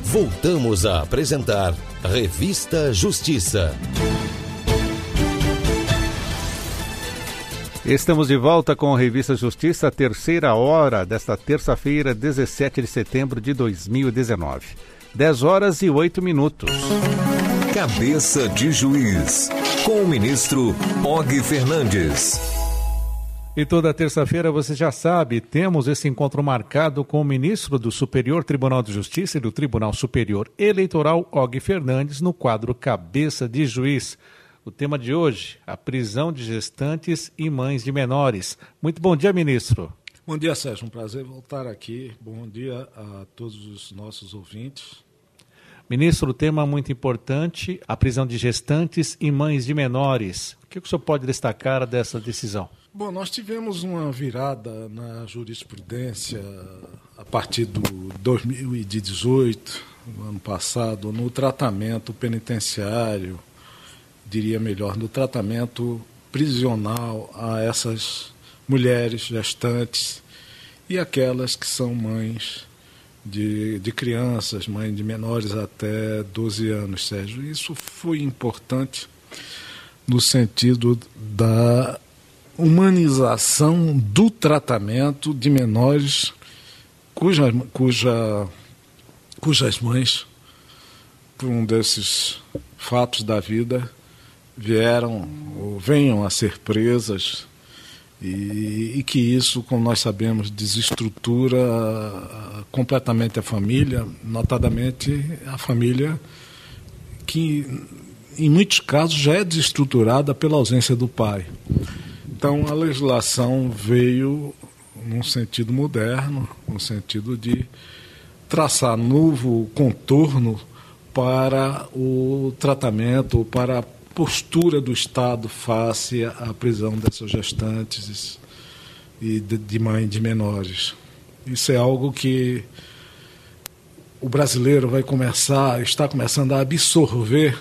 Voltamos a apresentar Revista Justiça. Estamos de volta com a Revista Justiça, terceira hora desta terça-feira, 17 de setembro de 2019. 10 horas e 8 minutos. Cabeça de Juiz, com o ministro Og Fernandes. E toda terça-feira, você já sabe, temos esse encontro marcado com o ministro do Superior Tribunal de Justiça e do Tribunal Superior Eleitoral, Og Fernandes, no quadro Cabeça de Juiz. O tema de hoje, a prisão de gestantes e mães de menores. Muito bom dia, ministro. Bom dia, Sérgio. Um prazer voltar aqui. Bom dia a todos os nossos ouvintes. Ministro, o tema muito importante, a prisão de gestantes e mães de menores. O que o senhor pode destacar dessa decisão? Bom, nós tivemos uma virada na jurisprudência a partir do 2018, no ano passado, no tratamento penitenciário, diria melhor, no tratamento prisional a essas mulheres gestantes e aquelas que são mães de crianças, mães de menores até 12 anos, Sérgio. Isso foi importante no sentido da humanização do tratamento de menores cujas mães, por um desses fatos da vida, vieram ou venham a ser presas e que isso, como nós sabemos, desestrutura completamente a família, notadamente a família que, em muitos casos, já é desestruturada pela ausência do pai. Então, a legislação veio num sentido moderno, no sentido de traçar novo contorno para o tratamento, para a postura do Estado face à prisão dessas gestantes e de mães de menores. Isso é algo que o brasileiro está começando a absorver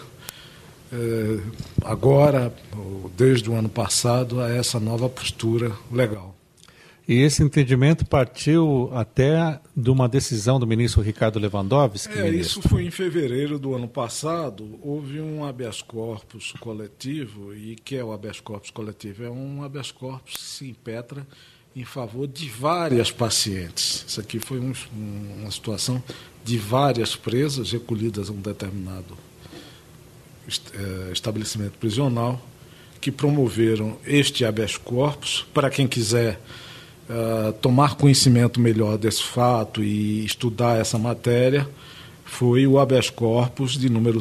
agora, desde o ano passado, a essa nova postura legal. E esse entendimento partiu até de uma decisão do ministro Ricardo Lewandowski? Isso foi em fevereiro do ano passado. Houve um habeas corpus coletivo. E que é o habeas corpus coletivo? É um habeas corpus que se impetra em favor de várias pacientes. Isso aqui foi uma situação de várias presas recolhidas a um determinado estabelecimento prisional que promoveram este habeas corpus. Para quem quiser tomar conhecimento melhor desse fato e estudar essa matéria, foi o habeas corpus de número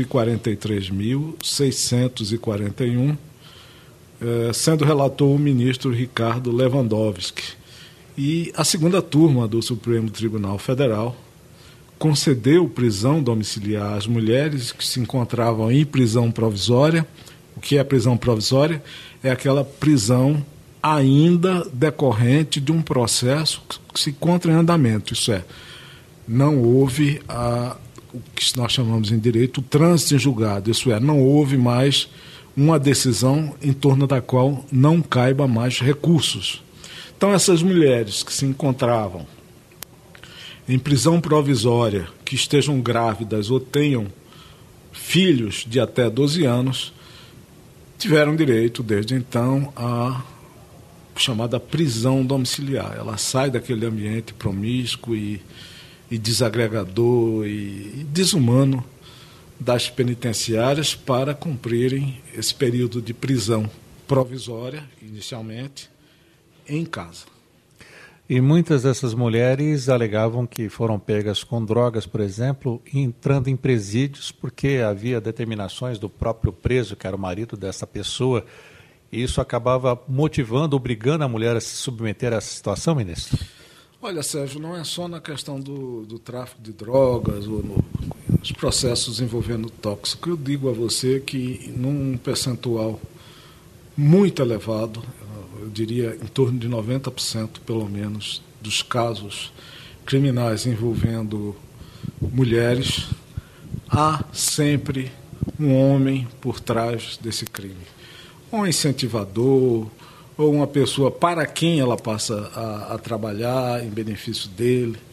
143.641, sendo relator o ministro Ricardo Lewandowski. E a segunda turma do Supremo Tribunal Federal concedeu prisão domiciliar às mulheres que se encontravam em prisão provisória. O que é prisão provisória? É aquela prisão ainda decorrente de um processo que se encontra em andamento, isso é, não houve o que nós chamamos em direito o trânsito em julgado, isso é, não houve mais uma decisão em torno da qual não caiba mais recursos. Então, essas mulheres que se encontravam em prisão provisória, que estejam grávidas ou tenham filhos de até 12 anos, tiveram direito, desde então, a chamada prisão domiciliar. Ela sai daquele ambiente promíscuo e desagregador e desumano das penitenciárias para cumprirem esse período de prisão provisória, inicialmente, em casa. E muitas dessas mulheres alegavam que foram pegas com drogas, por exemplo, entrando em presídios porque havia determinações do próprio preso, que era o marido dessa pessoa. E isso acabava motivando, obrigando a mulher a se submeter a essa situação, ministro? Olha, Sérgio, não é só na questão do tráfico de drogas ou nos processos envolvendo tóxico. Eu digo a você que num percentual muito elevado, eu diria em torno de 90% pelo menos, dos casos criminais envolvendo mulheres, há sempre um homem por trás desse crime. Um incentivador, ou uma pessoa para quem ela passa a trabalhar em benefício dele.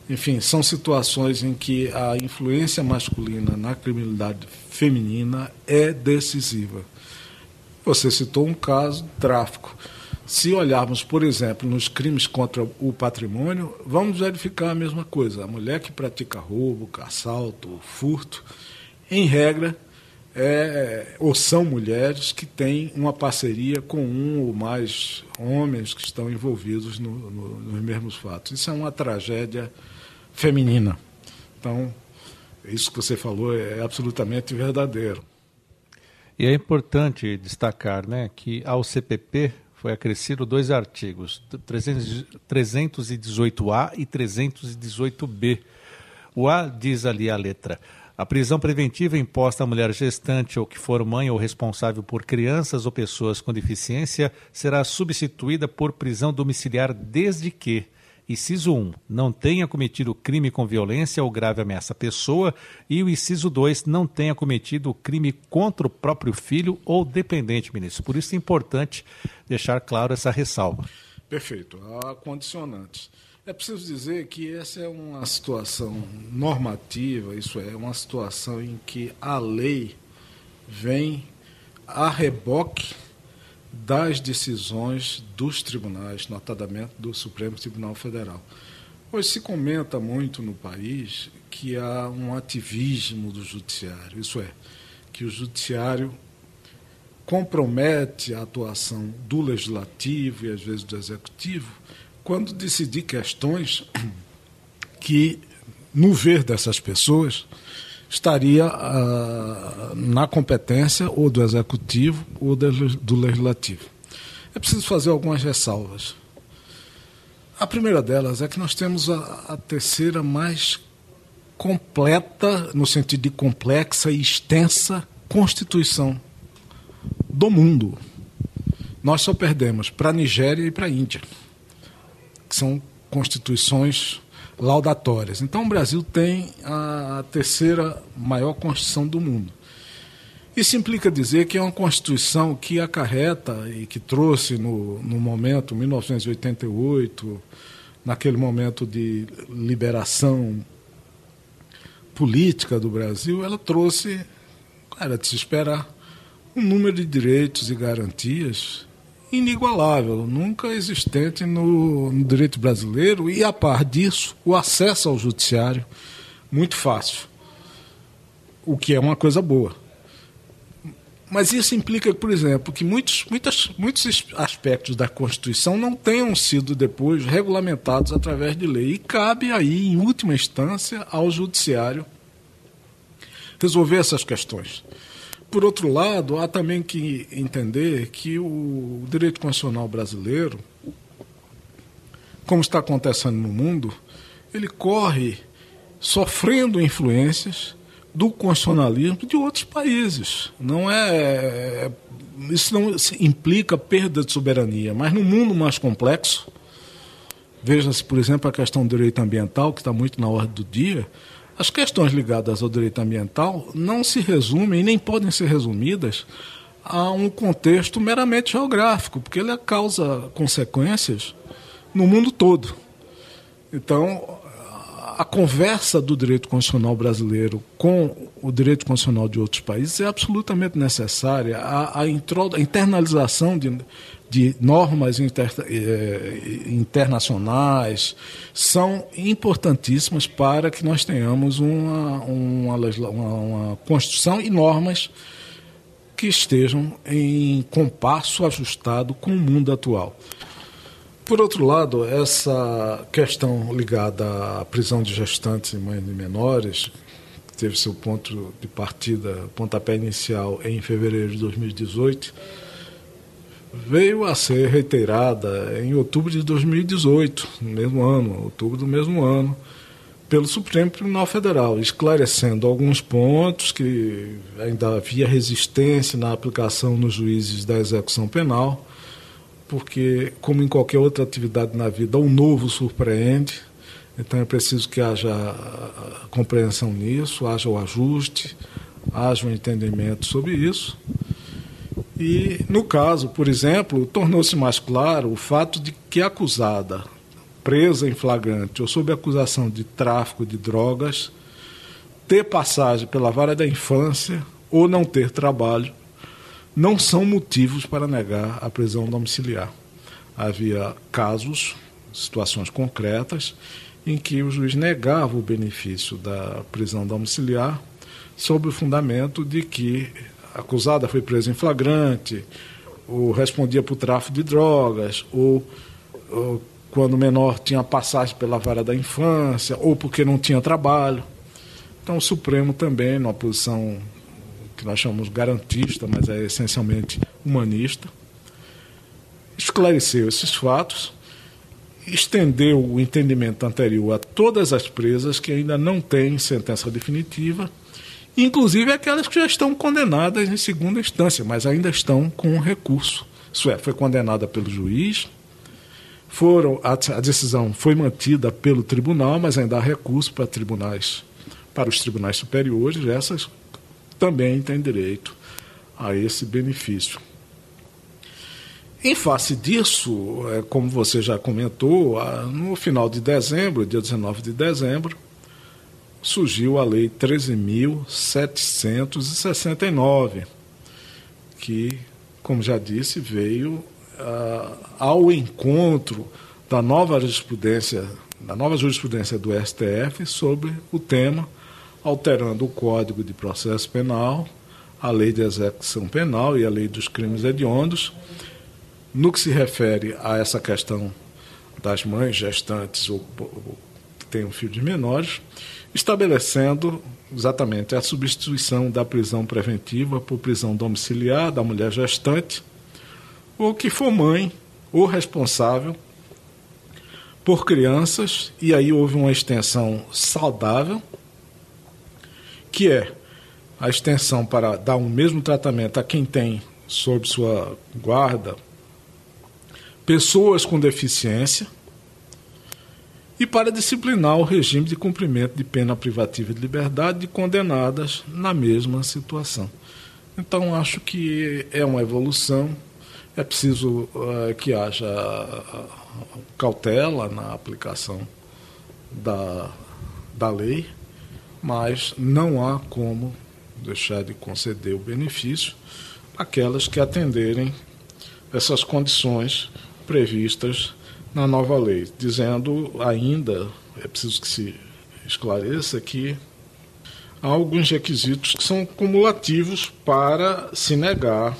Enfim, são situações em que a influência masculina na criminalidade feminina é decisiva. Você citou um caso de tráfico. Se olharmos, por exemplo, nos crimes contra o patrimônio, vamos verificar a mesma coisa. A mulher que pratica roubo, assalto, furto, em regra, ou são mulheres que têm uma parceria com um ou mais homens que estão envolvidos nos mesmos fatos. Isso é uma tragédia feminina. Então, isso que você falou é absolutamente verdadeiro. E é importante destacar, né, que ao CPP foi acrescido 2 artigos, 318A e 318B. O A diz ali a letra: a prisão preventiva imposta à mulher gestante ou que for mãe ou responsável por crianças ou pessoas com deficiência será substituída por prisão domiciliar desde que, inciso 1, não tenha cometido crime com violência ou grave ameaça à pessoa, e o inciso 2, não tenha cometido crime contra o próprio filho ou dependente, ministro. Por isso é importante deixar claro essa ressalva. Perfeito. Há condicionantes. É preciso dizer que essa é uma situação normativa, isso é, uma situação em que a lei vem a reboque das decisões dos tribunais, notadamente do Supremo Tribunal Federal. Hoje se comenta muito no país que há um ativismo do judiciário, isso é, que o judiciário compromete a atuação do legislativo e às vezes do executivo quando decidir questões que, no ver dessas pessoas, estaria na competência ou do Executivo ou do Legislativo. É preciso fazer algumas ressalvas. A primeira delas é que nós temos a terceira mais completa, no sentido de complexa e extensa, Constituição do mundo. Nós só perdemos para a Nigéria e para a Índia, que são constituições laudatórias. Então, o Brasil tem a terceira maior Constituição do mundo. Isso implica dizer que é uma Constituição que acarreta e que trouxe no momento, 1988, naquele momento de liberação política do Brasil, ela trouxe, era de se esperar, um número de direitos e garantias inigualável, nunca existente no direito brasileiro, e, a par disso, o acesso ao judiciário muito fácil, o que é uma coisa boa. Mas isso implica, por exemplo, que muitos aspectos da Constituição não tenham sido depois regulamentados através de lei, e cabe aí, em última instância, ao judiciário resolver essas questões. Por outro lado, há também que entender que o direito constitucional brasileiro, como está acontecendo no mundo, ele corre sofrendo influências do constitucionalismo de outros países. Isso não implica perda de soberania, mas no mundo mais complexo, veja-se, por exemplo, a questão do direito ambiental, que está muito na ordem do dia. As questões ligadas ao direito ambiental não se resumem e nem podem ser resumidas a um contexto meramente geográfico, porque ele causa consequências no mundo todo. Então, a conversa do direito constitucional brasileiro com o direito constitucional de outros países é absolutamente necessária. A internalização de normas internacionais são importantíssimas para que nós tenhamos uma Constituição e normas que estejam em compasso ajustado com o mundo atual. Por outro lado, essa questão ligada à prisão de gestantes e mães de menores, que teve seu ponto de partida, pontapé inicial em fevereiro de 2018, veio a ser reiterada em outubro de 2018, outubro do mesmo ano, pelo Supremo Tribunal Federal, esclarecendo alguns pontos que ainda havia resistência na aplicação nos juízes da execução penal, porque, como em qualquer outra atividade na vida, o novo surpreende, então é preciso que haja compreensão nisso, haja o ajuste, haja um entendimento sobre isso. E, no caso, por exemplo, tornou-se mais claro o fato de que a acusada, presa em flagrante ou sob acusação de tráfico de drogas, ter passagem pela vara da infância ou não ter trabalho, não são motivos para negar a prisão domiciliar. Havia casos, situações concretas, em que o juiz negava o benefício da prisão domiciliar sob o fundamento de que a acusada foi presa em flagrante, ou respondia por tráfico de drogas, ou quando o menor tinha passagem pela vara da infância, ou porque não tinha trabalho. Então o Supremo também, numa posição que nós chamamos garantista, mas é essencialmente humanista, esclareceu esses fatos, estendeu o entendimento anterior a todas as presas que ainda não têm sentença definitiva, inclusive aquelas que já estão condenadas em segunda instância, mas ainda estão com recurso. Isso é, foi condenada pelo juiz, a decisão foi mantida pelo tribunal, mas ainda há recurso para os tribunais superiores, essas também têm direito a esse benefício. Em face disso, como você já comentou, no final de dezembro, dia 19 de dezembro, surgiu a Lei 13.769, que, como já disse, veio ao encontro da nova jurisprudência do STF sobre o tema, alterando o Código de Processo Penal, a Lei de Execução Penal e a Lei dos Crimes Hediondos, no que se refere a essa questão das mães gestantes ou que têm um filho de menores, estabelecendo exatamente a substituição da prisão preventiva por prisão domiciliar da mulher gestante, ou que for mãe ou responsável por crianças, e aí houve uma extensão saudável, que é a extensão para dar o mesmo tratamento a quem tem sob sua guarda pessoas com deficiência, e para disciplinar o regime de cumprimento de pena privativa de liberdade de condenadas na mesma situação. Então, acho que é uma evolução, é preciso que haja cautela na aplicação da lei, mas não há como deixar de conceder o benefício àquelas que atenderem essas condições previstas na nova lei, dizendo ainda, é preciso que se esclareça que há alguns requisitos que são cumulativos para se negar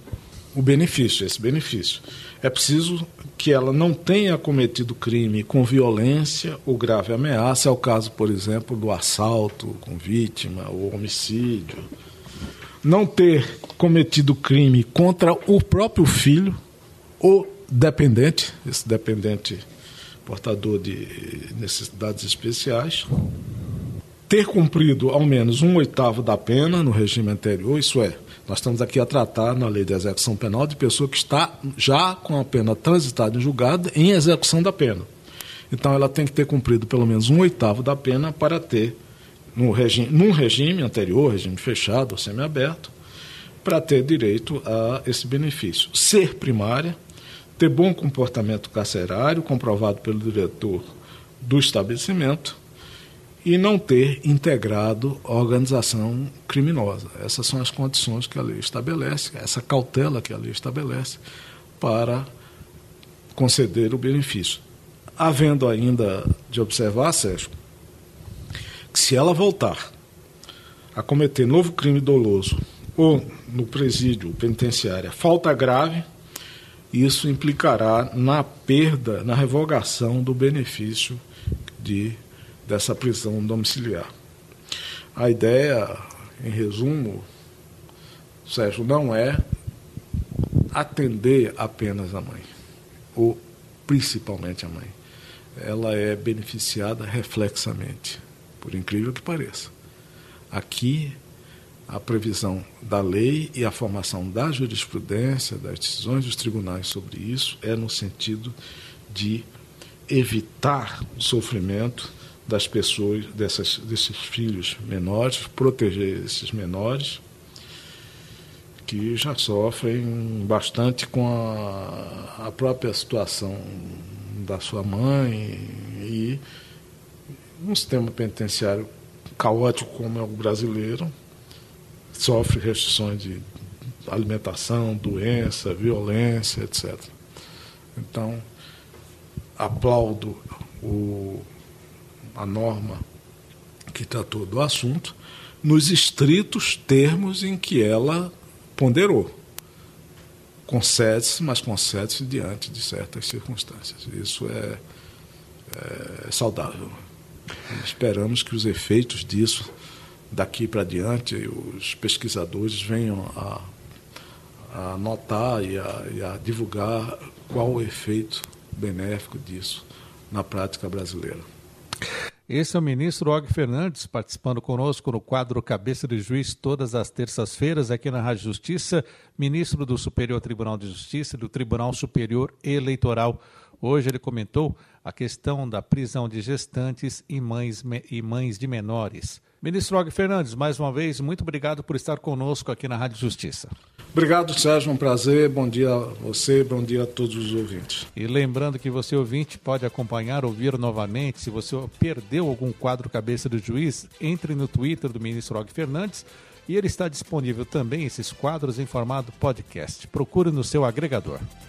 esse benefício. É preciso que ela não tenha cometido crime com violência ou grave ameaça, é o caso, por exemplo, do assalto com vítima ou homicídio. Não ter cometido crime contra o próprio filho ou dependente, esse dependente portador de necessidades especiais, ter cumprido ao menos 1/8 da pena no regime anterior, isso é, nós estamos aqui a tratar na lei de execução penal de pessoa que está já com a pena transitada em julgado em execução da pena. Então ela tem que ter cumprido pelo menos 1/8 da pena para ter, num regime anterior, regime fechado ou semiaberto, para ter direito a esse benefício. Ser primária, ter bom comportamento carcerário, comprovado pelo diretor do estabelecimento, e não ter integrado a organização criminosa. Essas são as condições que a lei estabelece, essa cautela que a lei estabelece para conceder o benefício. Havendo ainda de observar, Sérgio, que se ela voltar a cometer novo crime doloso ou no presídio penitenciário falta grave, isso implicará na perda, na revogação do benefício dessa prisão domiciliar. A ideia, em resumo, Sérgio, não é atender apenas a mãe, ou principalmente a mãe. Ela é beneficiada reflexamente, por incrível que pareça. Aqui, a previsão da lei e a formação da jurisprudência, das decisões dos tribunais sobre isso, é no sentido de evitar o sofrimento das pessoas, desses filhos menores, proteger esses menores que já sofrem bastante com a própria situação da sua mãe, e um sistema penitenciário caótico como é o brasileiro, sofre restrições de alimentação, doença, violência, etc. Então, aplaudo a norma que tratou do assunto nos estritos termos em que ela ponderou. Concede-se, mas concede-se diante de certas circunstâncias. Isso é saudável. Esperamos que os efeitos disso, daqui para diante, os pesquisadores venham a notar e a divulgar qual o efeito benéfico disso na prática brasileira. Esse é o ministro Og Fernandes, participando conosco no quadro Cabeça de Juiz todas as terças-feiras aqui na Rádio Justiça, ministro do Superior Tribunal de Justiça e do Tribunal Superior Eleitoral. Hoje ele comentou a questão da prisão de gestantes e mães de menores. Ministro Og Fernandes, mais uma vez, muito obrigado por estar conosco aqui na Rádio Justiça. Obrigado, Sérgio, um prazer. Bom dia a você, bom dia a todos os ouvintes. E lembrando que você, ouvinte, pode acompanhar, ouvir novamente. Se você perdeu algum quadro Cabeça do Juiz, entre no Twitter do ministro Og Fernandes e ele está disponível também, esses quadros, em formato podcast. Procure no seu agregador.